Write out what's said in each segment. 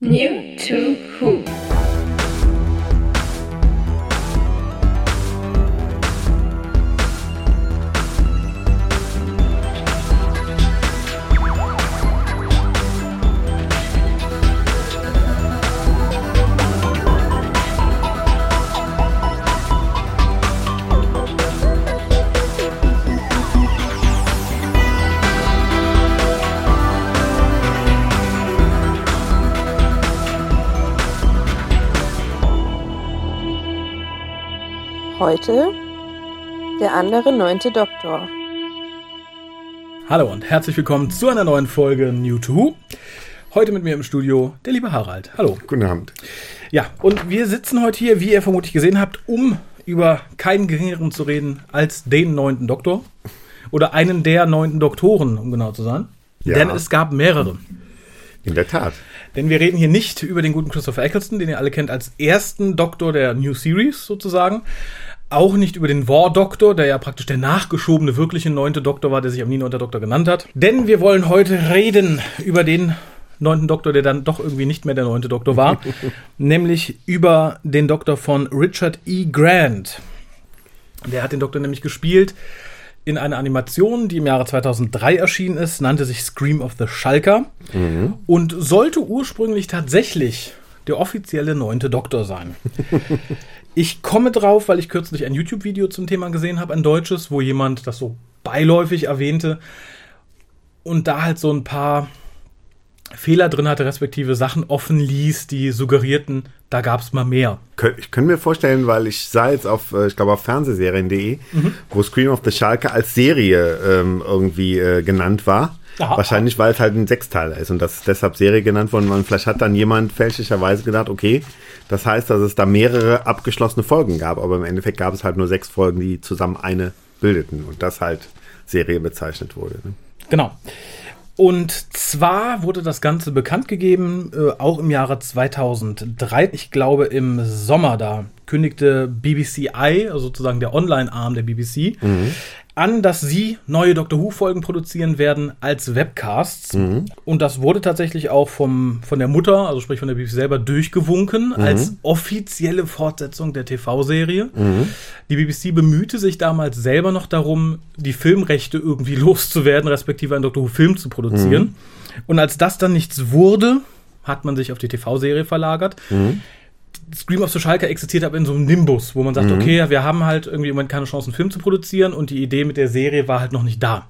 New to Who. Heute der andere 9. Doktor. Hallo und herzlich willkommen zu einer neuen Folge New to Who. Heute mit mir im Studio der liebe Harald. Hallo. Guten Abend. Ja, und wir sitzen heute hier, wie ihr vermutlich gesehen habt, um über keinen geringeren zu reden als den 9. Doktor. Oder einen der 9. Doktoren, um genau zu sein. Ja. Denn es gab mehrere. In der Tat. Denn wir reden hier nicht über den guten Christopher Eccleston, den ihr alle kennt als ersten Doktor der New Series sozusagen. Auch nicht über den War-Doktor, der ja praktisch der nachgeschobene, wirkliche 9. Doktor war, der sich aber nie 9. Doktor genannt hat. Denn wir wollen heute reden über den 9. Doktor, der dann doch irgendwie nicht mehr der 9. Doktor war. Nämlich über den Doktor von Richard E. Grant. Der hat den Doktor nämlich gespielt in einer Animation, die im Jahre 2003 erschienen ist, nannte sich Scream of the Shulker und sollte ursprünglich tatsächlich der offizielle 9. Doktor sein. Ich komme drauf, weil ich kürzlich ein YouTube-Video zum Thema gesehen habe, ein deutsches, wo jemand das so beiläufig erwähnte und da halt so ein paar Fehler drin hatte, respektive Sachen offen ließ, die suggerierten, da gab es mal mehr. Ich könnte mir vorstellen, weil ich sah jetzt auf, ich glaube auf Fernsehserien.de, wo Scream of the Shulker als Serie irgendwie genannt war. Aha. Wahrscheinlich, weil es halt ein Sechsteiler ist und das ist deshalb Serie genannt worden. Und vielleicht hat dann jemand fälschlicherweise gedacht, okay, das heißt, dass es da mehrere abgeschlossene Folgen gab. Aber im Endeffekt gab es halt nur 6 Folgen, die zusammen eine bildeten und das halt Serie bezeichnet wurde. Ne? Genau. Und zwar wurde das Ganze bekannt gegeben, auch im Jahre 2003, ich glaube im Sommer, da kündigte BBCi, also sozusagen der Online-Arm der BBC, an, dass sie neue Doctor Who-Folgen produzieren werden als Webcasts. Und das wurde tatsächlich auch von der Mutter, also sprich von der BBC selber, durchgewunken als offizielle Fortsetzung der TV-Serie. Die BBC bemühte sich damals selber noch darum, die Filmrechte irgendwie loszuwerden, respektive einen Doctor Who-Film zu produzieren. Und als das dann nichts wurde, hat man sich auf die TV-Serie verlagert. Scream of the Shulker existiert aber in so einem Nimbus, wo man sagt, okay, wir haben halt irgendwie im Moment keine Chance, einen Film zu produzieren und die Idee mit der Serie war halt noch nicht da.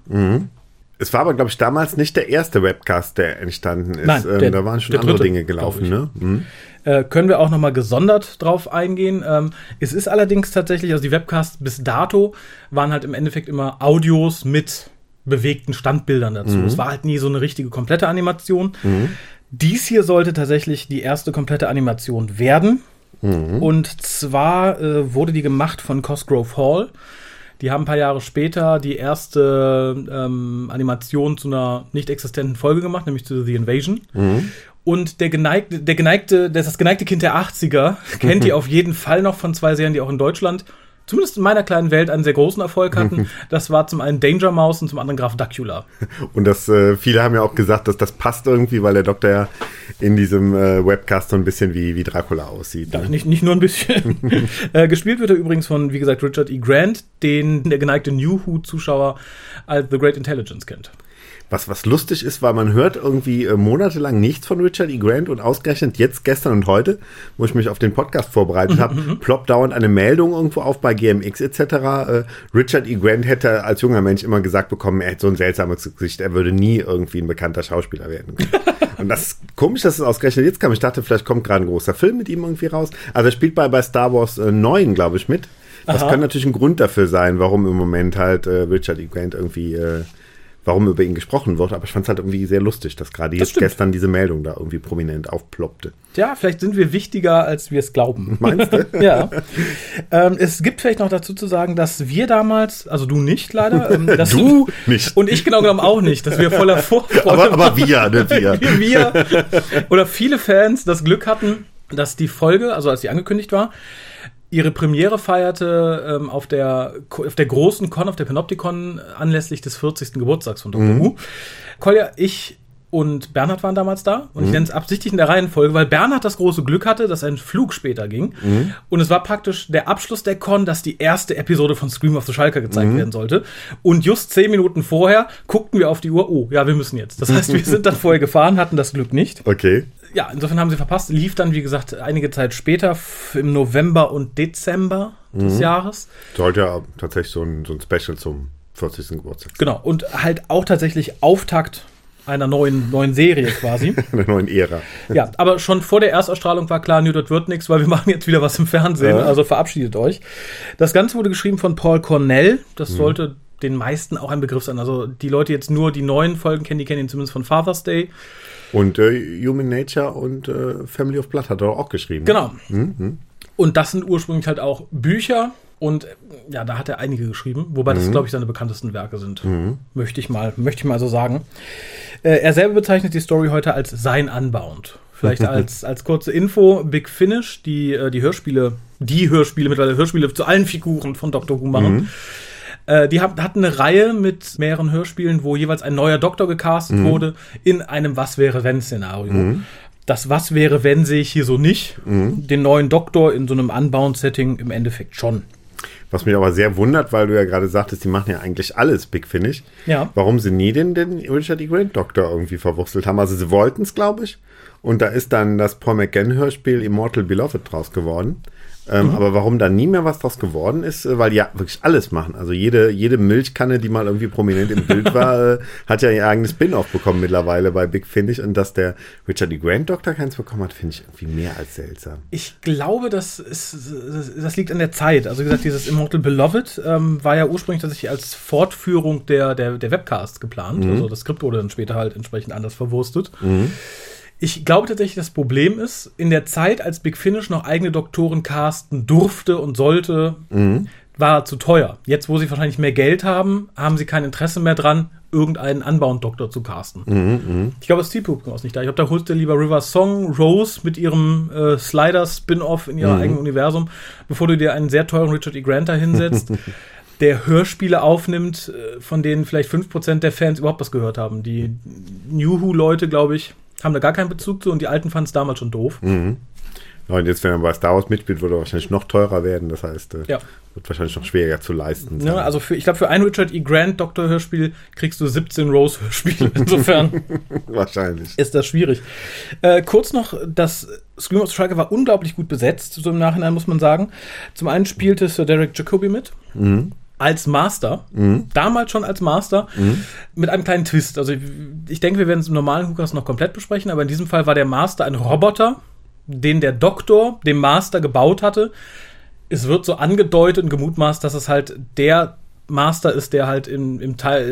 Es war aber, glaube ich, damals nicht der erste Webcast, der entstanden ist. Nein, da waren schon andere Dinge gelaufen, ne? Können wir auch nochmal gesondert drauf eingehen. Es ist allerdings tatsächlich, also die Webcasts bis dato waren halt im Endeffekt immer Audios mit bewegten Standbildern dazu. Es war halt nie so eine richtige komplette Animation. Dies hier sollte tatsächlich die erste komplette Animation werden. Und zwar wurde die gemacht von Cosgrove Hall. Die haben ein paar Jahre später die erste Animation zu einer nicht existenten Folge gemacht, nämlich zu The Invasion. Und das geneigte Kind der 80er kennt die auf jeden Fall noch von 2 Serien, die auch in Deutschland, zumindest in meiner kleinen Welt, einen sehr großen Erfolg hatten. Das war zum einen Danger Mouse und zum anderen Graf Dracula. Und viele haben ja auch gesagt, dass das passt irgendwie, weil der Doktor ja in diesem Webcast so ein bisschen wie Dracula aussieht. Ne? Nicht nur ein bisschen. Gespielt wird er übrigens von, wie gesagt, Richard E. Grant, den der geneigte New Who-Zuschauer als The Great Intelligence kennt. Was lustig ist, weil man hört irgendwie monatelang nichts von Richard E. Grant und ausgerechnet jetzt, gestern und heute, wo ich mich auf den Podcast vorbereitet habe, ploppt dauernd eine Meldung irgendwo auf bei GMX etc. Richard E. Grant hätte als junger Mensch immer gesagt bekommen, er hätte so ein seltsames Gesicht, er würde nie irgendwie ein bekannter Schauspieler werden können. Und das ist komisch, dass es ausgerechnet jetzt kam. Ich dachte, vielleicht kommt gerade ein großer Film mit ihm irgendwie raus. Also er spielt bei Star Wars 9, glaube ich, mit. Das kann natürlich ein Grund dafür sein, warum im Moment halt Richard E. Grant irgendwie warum über ihn gesprochen wird, aber ich fand es halt irgendwie sehr lustig, dass gerade jetzt gestern diese Meldung da irgendwie prominent aufploppte. Ja, vielleicht sind wir wichtiger, als wir es glauben. Meinst du? Ja. Es gibt vielleicht noch dazu zu sagen, dass wir damals, also du nicht leider, dass du nicht. Und ich genau genommen auch nicht, dass wir voller Vorfreude aber wir oder viele Fans das Glück hatten, dass die Folge, also als sie angekündigt war, ihre Premiere feierte auf der großen Con, auf der Panopticon, anlässlich des 40. Geburtstags von Dr. Who. Kolja, ich und Bernhard waren damals da. Und ich nenne es absichtlich in der Reihenfolge, weil Bernhard das große Glück hatte, dass ein Flug später ging. Und es war praktisch der Abschluss der Con, dass die erste Episode von Scream of the Schalker gezeigt werden sollte. Und just 10 Minuten vorher guckten wir auf die Uhr, oh, ja, wir müssen jetzt. Das heißt, wir sind dann vorher gefahren, hatten das Glück nicht. Okay. Ja, insofern haben sie verpasst. Lief dann, wie gesagt, einige Zeit später, im November und Dezember des Jahres. Sollte ja tatsächlich so ein Special zum 40. Geburtstag. Genau, und halt auch tatsächlich Auftakt einer neuen Serie quasi. Einer neuen Ära. Ja, aber schon vor der Erstausstrahlung war klar, das wird nichts, weil wir machen jetzt wieder was im Fernsehen. Ja. Also verabschiedet euch. Das Ganze wurde geschrieben von Paul Cornell. Das sollte den meisten auch ein Begriff sein. Also die Leute jetzt nur die neuen Folgen kennen, die kennen ihn zumindest von Father's Day. Und Human Nature und Family of Blood hat er auch geschrieben. Genau. Und das sind ursprünglich halt auch Bücher. Und ja, da hat er einige geschrieben, wobei das, glaube ich, seine bekanntesten Werke sind. Möchte ich mal so sagen. Er selber bezeichnet die Story heute als sein Unbound. Vielleicht als kurze Info, Big Finish, die Hörspiele, mittlerweile Hörspiele zu allen Figuren von Doctor Who machen. Die hatten eine Reihe mit mehreren Hörspielen, wo jeweils ein neuer Doktor gecastet wurde in einem Was-wäre-wenn-Szenario. Das Was-wäre-wenn sehe ich hier so nicht. Den neuen Doktor in so einem Unbound-Setting im Endeffekt schon. Was mich aber sehr wundert, weil du ja gerade sagtest, die machen ja eigentlich alles Big Finish. Ja. Warum sie nie den Richard E. Grant Doktor irgendwie verwurzelt haben. Also sie wollten es, glaube ich. Und da ist dann das Paul McGann-Hörspiel Immortal Beloved draus geworden. Aber warum da nie mehr was draus geworden ist, weil die ja wirklich alles machen. Also jede Milchkanne, die mal irgendwie prominent im Bild war, hat ja ihr eigenes Spin-off bekommen mittlerweile bei Big Finish. Und dass der Richard E. Grant Doktor keins bekommen hat, finde ich irgendwie mehr als seltsam. Ich glaube, das liegt an der Zeit. Also wie gesagt, dieses Immortal Beloved war ja ursprünglich tatsächlich als Fortführung der Webcasts geplant. Also das Skript wurde dann später halt entsprechend anders verwurstet. Ich glaube tatsächlich, das Problem ist, in der Zeit, als Big Finish noch eigene Doktoren casten durfte und sollte, war er zu teuer. Jetzt, wo sie wahrscheinlich mehr Geld haben, haben sie kein Interesse mehr dran, irgendeinen Unbound-Doktor zu casten. Ich glaube, das Zielpublikum ist nicht da. Ich glaube, da holst du lieber River Song Rose mit ihrem Slider-Spin-Off in ihrem eigenen Universum, bevor du dir einen sehr teuren Richard E. Grant da hinsetzt, der Hörspiele aufnimmt, von denen vielleicht 5% der Fans überhaupt was gehört haben. Die New Who-Leute, glaube ich, haben da gar keinen Bezug zu und die Alten fanden es damals schon doof. Ja, und jetzt, wenn man bei Star Wars mitspielt, würde er wahrscheinlich noch teurer werden. Das heißt, wird wahrscheinlich noch schwieriger zu leisten sein. Ja, also ich glaube, für ein Richard E. Grant Doktor-Hörspiel kriegst du 17 Rose-Hörspiele. Insofern wahrscheinlich ist das schwierig. Kurz noch, das Scream of the Schalker war unglaublich gut besetzt, so im Nachhinein muss man sagen. Zum einen spielte Sir Derek Jacobi mit. Als Master, damals schon als Master, mit einem kleinen Twist. Also ich denke, wir werden es im normalen Hookers noch komplett besprechen, aber in diesem Fall war der Master ein Roboter, den der Doktor dem Master gebaut hatte. Es wird so angedeutet und gemutmaßt, dass es halt der Master ist, der halt im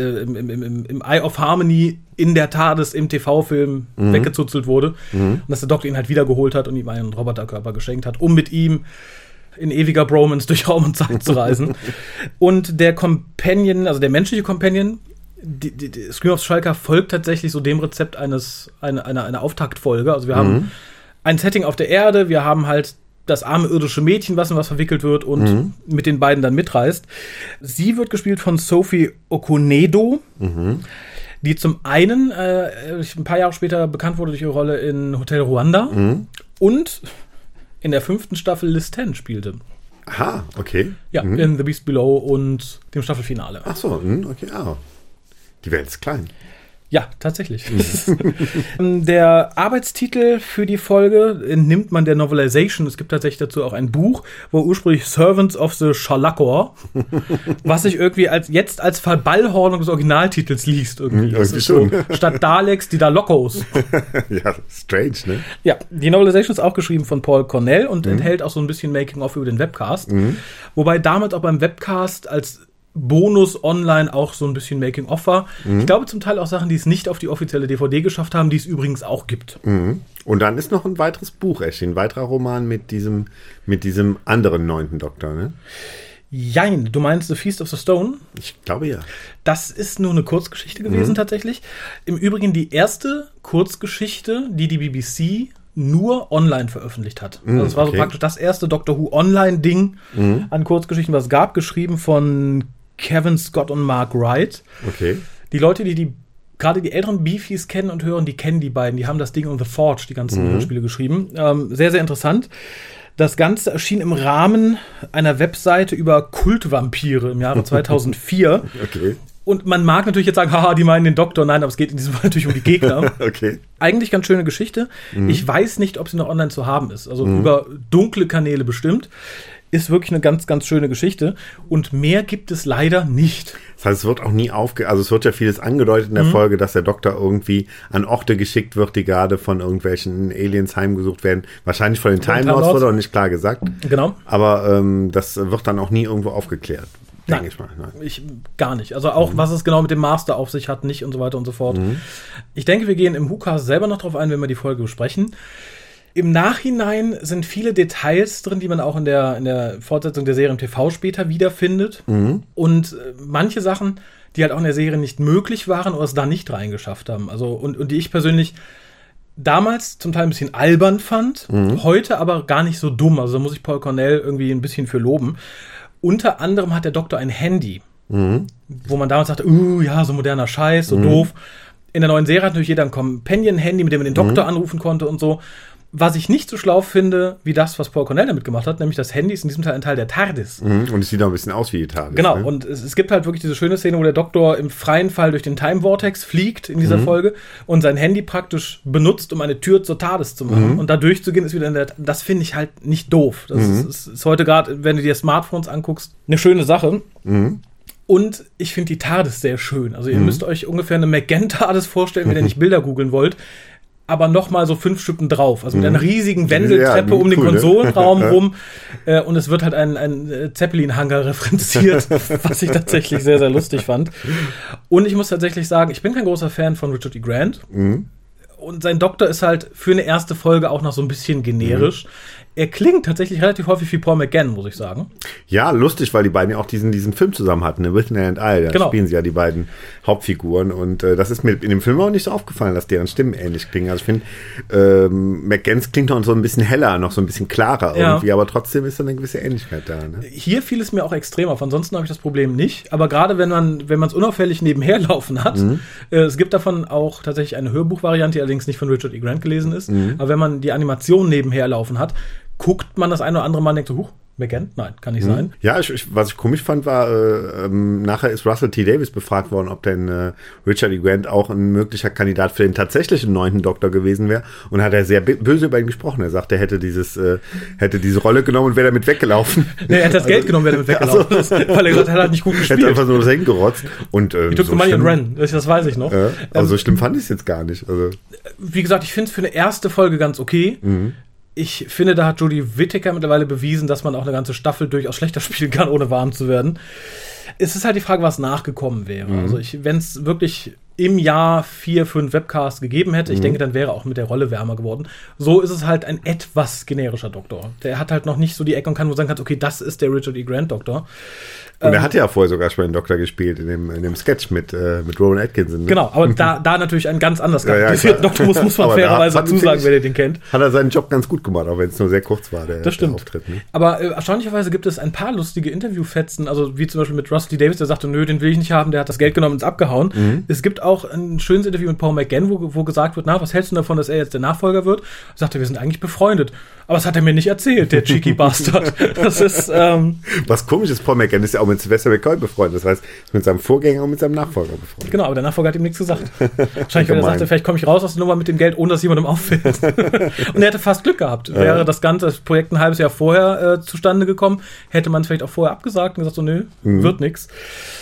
Eye of Harmony in der TARDIS im TV-Film weggezuzelt wurde. Und dass der Doktor ihn halt wiedergeholt hat und ihm einen Roboterkörper geschenkt hat, um mit ihm in ewiger Bromance durch Raum und Zeit zu reisen. Und der Companion, also der menschliche Companion, die Scream of the Schalker folgt tatsächlich so dem Rezept einer Auftaktfolge. Also wir haben ein Setting auf der Erde, wir haben halt das arme irdische Mädchen, was in was verwickelt wird und mit den beiden dann mitreist. Sie wird gespielt von Sophie Okonedo, die zum einen ein paar Jahre später bekannt wurde durch ihre Rolle in Hotel Rwanda und in der 5. Staffel Liz 10 spielte. Aha, okay. Ja, in The Beast Below und dem Staffelfinale. Ach so, okay, Die Welt ist klein. Ja, tatsächlich. Der Arbeitstitel für die Folge entnimmt man der Novelization. Es gibt tatsächlich dazu auch ein Buch, wo ursprünglich Servants of the Shalakor, was sich irgendwie als Verballhornung des Originaltitels liest. Irgendwie. Das ist so, statt Daleks die Dalokos. Ja, strange, ne? Ja, die Novelization ist auch geschrieben von Paul Cornell und enthält auch so ein bisschen Making-of über den Webcast. Wobei damals auch beim Webcast als Bonus online auch so ein bisschen Making-of war. Ich glaube zum Teil auch Sachen, die es nicht auf die offizielle DVD geschafft haben, die es übrigens auch gibt. Und dann ist noch ein weiteres Buch erschienen, ein weiterer Roman mit diesem anderen 9. Doktor, ne? Jein, du meinst The Feast of the Stone? Ich glaube ja. Das ist nur eine Kurzgeschichte gewesen tatsächlich. Im Übrigen die erste Kurzgeschichte, die BBC nur online veröffentlicht hat. Also es war so praktisch das erste Doctor Who Online-Ding an Kurzgeschichten, was es gab, geschrieben von Kevin Scott und Mark Wright. Okay. Die Leute, die gerade die älteren Beefies kennen und hören, die kennen die beiden. Die haben das Ding on the Forge, die ganzen Spiele geschrieben. Sehr, sehr interessant. Das Ganze erschien im Rahmen einer Webseite über Kultvampire im Jahre 2004. Okay. Und man mag natürlich jetzt sagen, haha, die meinen den Doktor. Nein, aber es geht in diesem Fall natürlich um die Gegner. Okay. Eigentlich ganz schöne Geschichte. Ich weiß nicht, ob sie noch online zu haben ist. Also über dunkle Kanäle bestimmt. Ist wirklich eine ganz, ganz schöne Geschichte. Und mehr gibt es leider nicht. Das heißt, es wird auch nie also es wird ja vieles angedeutet in der Folge, dass der Doktor irgendwie an Orte geschickt wird, die gerade von irgendwelchen Aliens heimgesucht werden. Wahrscheinlich von den Time Lords wurde auch nicht klar gesagt. Genau. Aber das wird dann auch nie irgendwo aufgeklärt. Denke ich mal. Nein. Gar nicht. Also auch, was es genau mit dem Master auf sich hat, nicht und so weiter und so fort. Ich denke, wir gehen im WhoCast selber noch drauf ein, wenn wir die Folge besprechen. Im Nachhinein sind viele Details drin, die man auch in der Fortsetzung der Serie im TV später wiederfindet. Und manche Sachen, die halt auch in der Serie nicht möglich waren oder es da nicht reingeschafft haben. Also, und die ich persönlich damals zum Teil ein bisschen albern fand, heute aber gar nicht so dumm. Also da muss ich Paul Cornell irgendwie ein bisschen für loben. Unter anderem hat der Doktor ein Handy, wo man damals sagte, ja, so moderner Scheiß, so doof. In der neuen Serie hat natürlich jeder ein Companion-Handy, mit dem man den Doktor anrufen konnte und so. Was ich nicht so schlau finde, wie das, was Paul Cornell damit gemacht hat, nämlich das Handy ist in diesem Teil ein Teil der TARDIS. Und es sieht auch ein bisschen aus wie die TARDIS. Genau, ne? und es gibt halt wirklich diese schöne Szene, wo der Doktor im freien Fall durch den Time Vortex fliegt in dieser Folge und sein Handy praktisch benutzt, um eine Tür zur TARDIS zu machen. Und da durchzugehen ist wieder das finde ich halt nicht doof. Das ist heute gerade, wenn du dir Smartphones anguckst, eine schöne Sache. Und ich finde die TARDIS sehr schön. Also ihr müsst euch ungefähr eine McGann-TARDIS vorstellen, wenn ihr nicht Bilder googeln wollt. Aber noch mal so 5 Stücken drauf. Also mit einer riesigen Wendeltreppe um den Konsolenraum rum. Und es wird halt ein Zeppelin-Hangar referenziert, was ich tatsächlich sehr, sehr lustig fand. Und ich muss tatsächlich sagen, ich bin kein großer Fan von Richard E. Grant. Und sein Doktor ist halt für eine erste Folge auch noch so ein bisschen generisch. Er klingt tatsächlich relativ häufig wie Paul McGann, muss ich sagen. Ja, lustig, weil die beiden ja auch diesen Film zusammen hatten, ne? Whitney and I. Da spielen sie ja die beiden Hauptfiguren. Und das ist mir in dem Film auch nicht so aufgefallen, dass deren Stimmen ähnlich klingen. Also ich finde, McGanns klingt noch so ein bisschen heller, noch so ein bisschen klarer irgendwie. Aber trotzdem ist da eine gewisse Ähnlichkeit da. Ne? Hier fiel es mir auch extrem auf. Ansonsten habe ich das Problem nicht. Aber gerade wenn man es unauffällig nebenher laufen hat, es gibt davon auch tatsächlich eine Hörbuchvariante, die allerdings nicht von Richard E. Grant gelesen ist. Aber wenn man die Animation nebenher laufen hat, guckt man das eine oder andere Mal und denkt so, huch, McGann? Nein, kann nicht sein. Ja, was ich komisch fand, war, nachher ist Russell T. Davies befragt worden, ob denn Richard E. Grant auch ein möglicher Kandidat für den tatsächlichen 9. Doktor gewesen wäre. Und hat er sehr böse über ihn gesprochen. Er sagte, er hätte diese Rolle genommen und wäre damit weggelaufen. Nee, er hätte das Geld genommen, wäre damit weggelaufen. Also, weil er gesagt hat, er hat halt nicht gut gespielt. Er hat einfach so das hingerotzt. Und, ich took the money and ran. Das weiß ich noch. Aber so schlimm fand ich es jetzt gar nicht. Also. Wie gesagt, ich finde es für eine erste Folge ganz okay. Ich finde, da hat Jodie Whittaker mittlerweile bewiesen, dass man auch eine ganze Staffel durchaus schlechter spielen kann, ohne warm zu werden. Es ist halt die Frage, was nachgekommen wäre. Also wenn es wirklich im Jahr 4, 5 Webcasts gegeben hätte, ich denke, dann wäre auch mit der Rolle wärmer geworden. So ist es halt ein etwas generischer Doktor. Der hat halt noch nicht so die Ecke und kann nur sagen, okay, das ist der Richard E. Grant Doktor. Und er hatte ja vorher sogar schon einen Doktor gespielt in dem Sketch mit Rowan Atkinson. Ne? Genau, aber da natürlich ein ganz anders charakterisierten Doktor, muss man fairerweise dazu sagen, wer den kennt. Hat er seinen Job ganz gut gemacht, auch wenn es nur sehr kurz war, der Auftritt. Ne? Aber erstaunlicherweise gibt es ein paar lustige Interviewfetzen, also wie zum Beispiel mit Russell T. Davies, der sagte, nö, den will ich nicht haben, der hat das Geld genommen und ist abgehauen. Es gibt auch ein schönes Interview mit Paul McGann, wo gesagt wird, was hältst du davon, dass er jetzt der Nachfolger wird? Er sagte, wir sind eigentlich befreundet. Aber das hat er mir nicht erzählt, der cheeky Bastard. Das ist, was komisch ist, Paul McGann ist ja auch mit Sylvester McCoy befreundet. Das heißt, ist mit seinem Vorgänger und mit seinem Nachfolger befreundet. Genau, aber der Nachfolger hat ihm nichts gesagt. Wahrscheinlich, wenn er sagte, vielleicht komme ich raus aus der Nummer mit dem Geld, ohne dass jemandem auffällt. Und er hätte fast Glück gehabt. Wäre das Projekt ein halbes Jahr vorher zustande gekommen, hätte man es vielleicht auch vorher abgesagt und gesagt, so, nö, wird nix.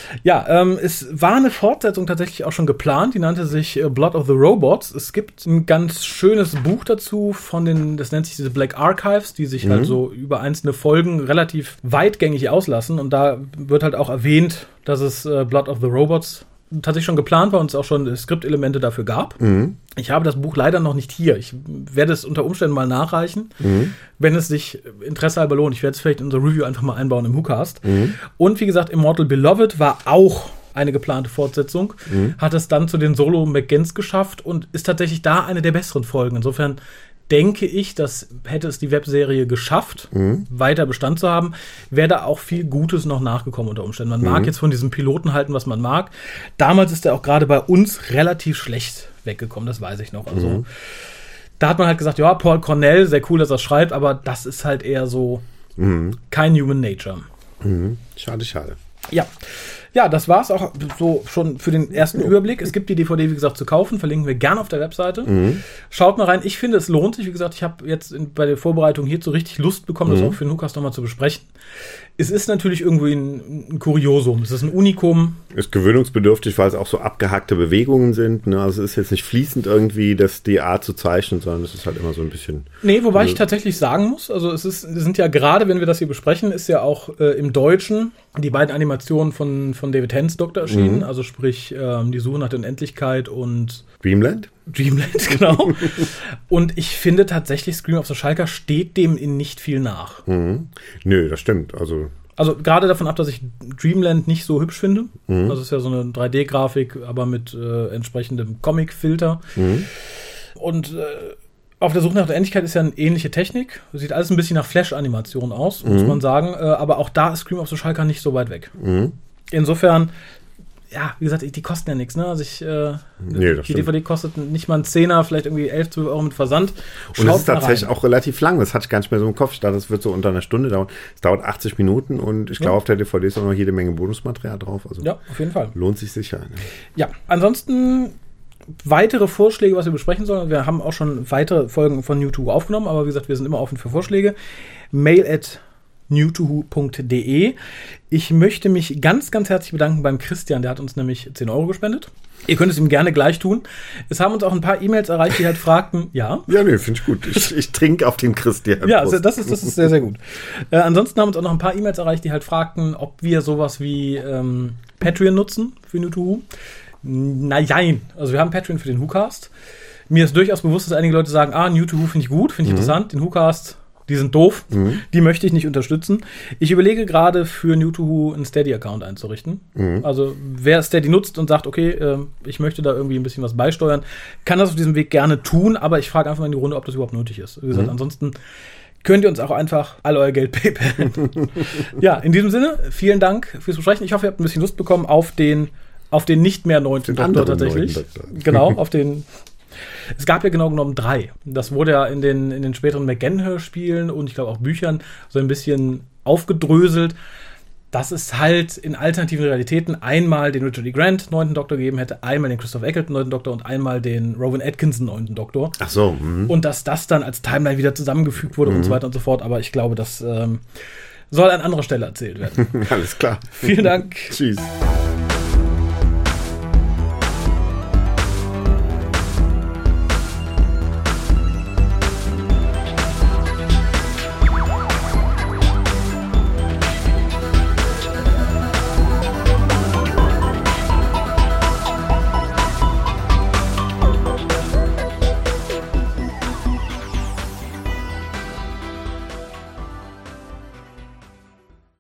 Ja, es war eine Fortsetzung tatsächlich auch schon geplant, die nannte sich Blood of the Robots. Es gibt ein ganz schönes Buch dazu das nennt sich diese Black Archives, die sich halt so über einzelne Folgen relativ weitgängig auslassen und da wird halt auch erwähnt, dass es Blood of the Robots tatsächlich schon geplant war und es auch schon Skriptelemente dafür gab. Ich habe das Buch leider noch nicht hier. Ich werde es unter Umständen mal nachreichen, wenn es sich Interesse halber lohnt. Ich werde es vielleicht in unser Review einfach mal einbauen im WhoCast. Und wie gesagt, Immortal Beloved war auch eine geplante Fortsetzung, hat es dann zu den Solo-McGanns geschafft und ist tatsächlich da eine der besseren Folgen. Insofern denke ich, dass hätte es die Webserie geschafft, weiter Bestand zu haben, wäre da auch viel Gutes noch nachgekommen unter Umständen. Man mag jetzt von diesem Piloten halten, was man mag. Damals ist er auch gerade bei uns relativ schlecht weggekommen, das weiß ich noch. Also da hat man halt gesagt, ja, Paul Cornell, sehr cool, dass er schreibt, aber das ist halt eher so kein Human Nature. Schade, schade. Ja, das war's auch so schon für den ersten Überblick. Es gibt die DVD, wie gesagt, zu kaufen. Verlinken wir gerne auf der Webseite. Schaut mal rein. Ich finde, es lohnt sich. Wie gesagt, ich habe jetzt bei der Vorbereitung hierzu richtig Lust bekommen, das auch für den Hucast nochmal zu besprechen. Es ist natürlich irgendwie ein Kuriosum. Es ist ein Unikum. Ist gewöhnungsbedürftig, weil es auch so abgehackte Bewegungen sind. Ne? Also es ist jetzt nicht fließend irgendwie die Art zu zeichnen, sondern es ist halt immer so ein bisschen... Nee, wobei ich tatsächlich sagen muss, also es sind ja gerade, wenn wir das hier besprechen, ist ja auch im Deutschen die beiden Animationen von David Hens Doktor erschienen. Also sprich Die Suche nach der Unendlichkeit und... Dreamland, genau. Und ich finde tatsächlich, Scream of the Schalker steht dem in nicht viel nach. Nö, das stimmt. Also gerade davon ab, dass ich Dreamland nicht so hübsch finde. Also es ist ja so eine 3D-Grafik, aber mit entsprechendem Comic-Filter. Und auf der Suche nach der Endlichkeit ist ja eine ähnliche Technik. Sieht alles ein bisschen nach Flash-Animation aus, muss man sagen. Aber auch da ist Scream of the Schalker nicht so weit weg. Insofern... Ja, wie gesagt, die kosten ja nichts, ne? Also die DVD kostet nicht mal einen Zehner, vielleicht irgendwie 11, 12 Euro mit Versand. Und es ist tatsächlich auch relativ lang. Das hatte ich gar nicht mehr so im Kopf. Ich dachte, das wird so unter einer Stunde dauern. Es dauert 80 Minuten und ich glaube, auf der DVD ist auch noch jede Menge Bonusmaterial drauf. Also ja, auf jeden Fall. Lohnt sich sicher. Ne? Ja, ansonsten weitere Vorschläge, was wir besprechen sollen. Wir haben auch schon weitere Folgen von New to Who aufgenommen, aber wie gesagt, wir sind immer offen für Vorschläge. mail@newtowho.de. Ich möchte mich ganz, ganz herzlich bedanken beim Christian, der hat uns nämlich 10 Euro gespendet. Ihr könnt es ihm gerne gleich tun. Es haben uns auch ein paar E-Mails erreicht, die halt fragten, ja. Ja, nee, finde ich gut. Ich trinke auf den Christian. Ja, das ist sehr, sehr gut. Ansonsten haben uns auch noch ein paar E-Mails erreicht, die halt fragten, ob wir sowas wie Patreon nutzen für New to Who. Nein. Also wir haben Patreon für den Whocast. Mir ist durchaus bewusst, dass einige Leute sagen, New to Who finde ich gut, finde ich interessant, den Whocast... Die sind doof, die möchte ich nicht unterstützen. Ich überlege gerade für New to Who einen Steady-Account einzurichten. Also wer Steady nutzt und sagt, okay, ich möchte da irgendwie ein bisschen was beisteuern, kann das auf diesem Weg gerne tun, aber ich frage einfach mal in die Runde, ob das überhaupt nötig ist. Wie gesagt, ansonsten könnt ihr uns auch einfach all euer Geld PayPal. Ja, in diesem Sinne, vielen Dank fürs Besprechen. Ich hoffe, ihr habt ein bisschen Lust bekommen auf den nicht mehr 9. Doktor tatsächlich. 9. Doktor. Genau, auf den... Es gab ja genau genommen 3. Das wurde ja in den späteren McGann-Hörspielen und ich glaube auch Büchern so ein bisschen aufgedröselt, dass es halt in alternativen Realitäten einmal den Richard E. Grant 9. Doktor gegeben hätte, einmal den Christopher Eccleston 9. Doktor und einmal den Rowan Atkinson 9. Doktor. Ach so. Und dass das dann als Timeline wieder zusammengefügt wurde und so weiter und so fort. Aber ich glaube, das soll an anderer Stelle erzählt werden. Alles klar. Vielen Dank. Tschüss.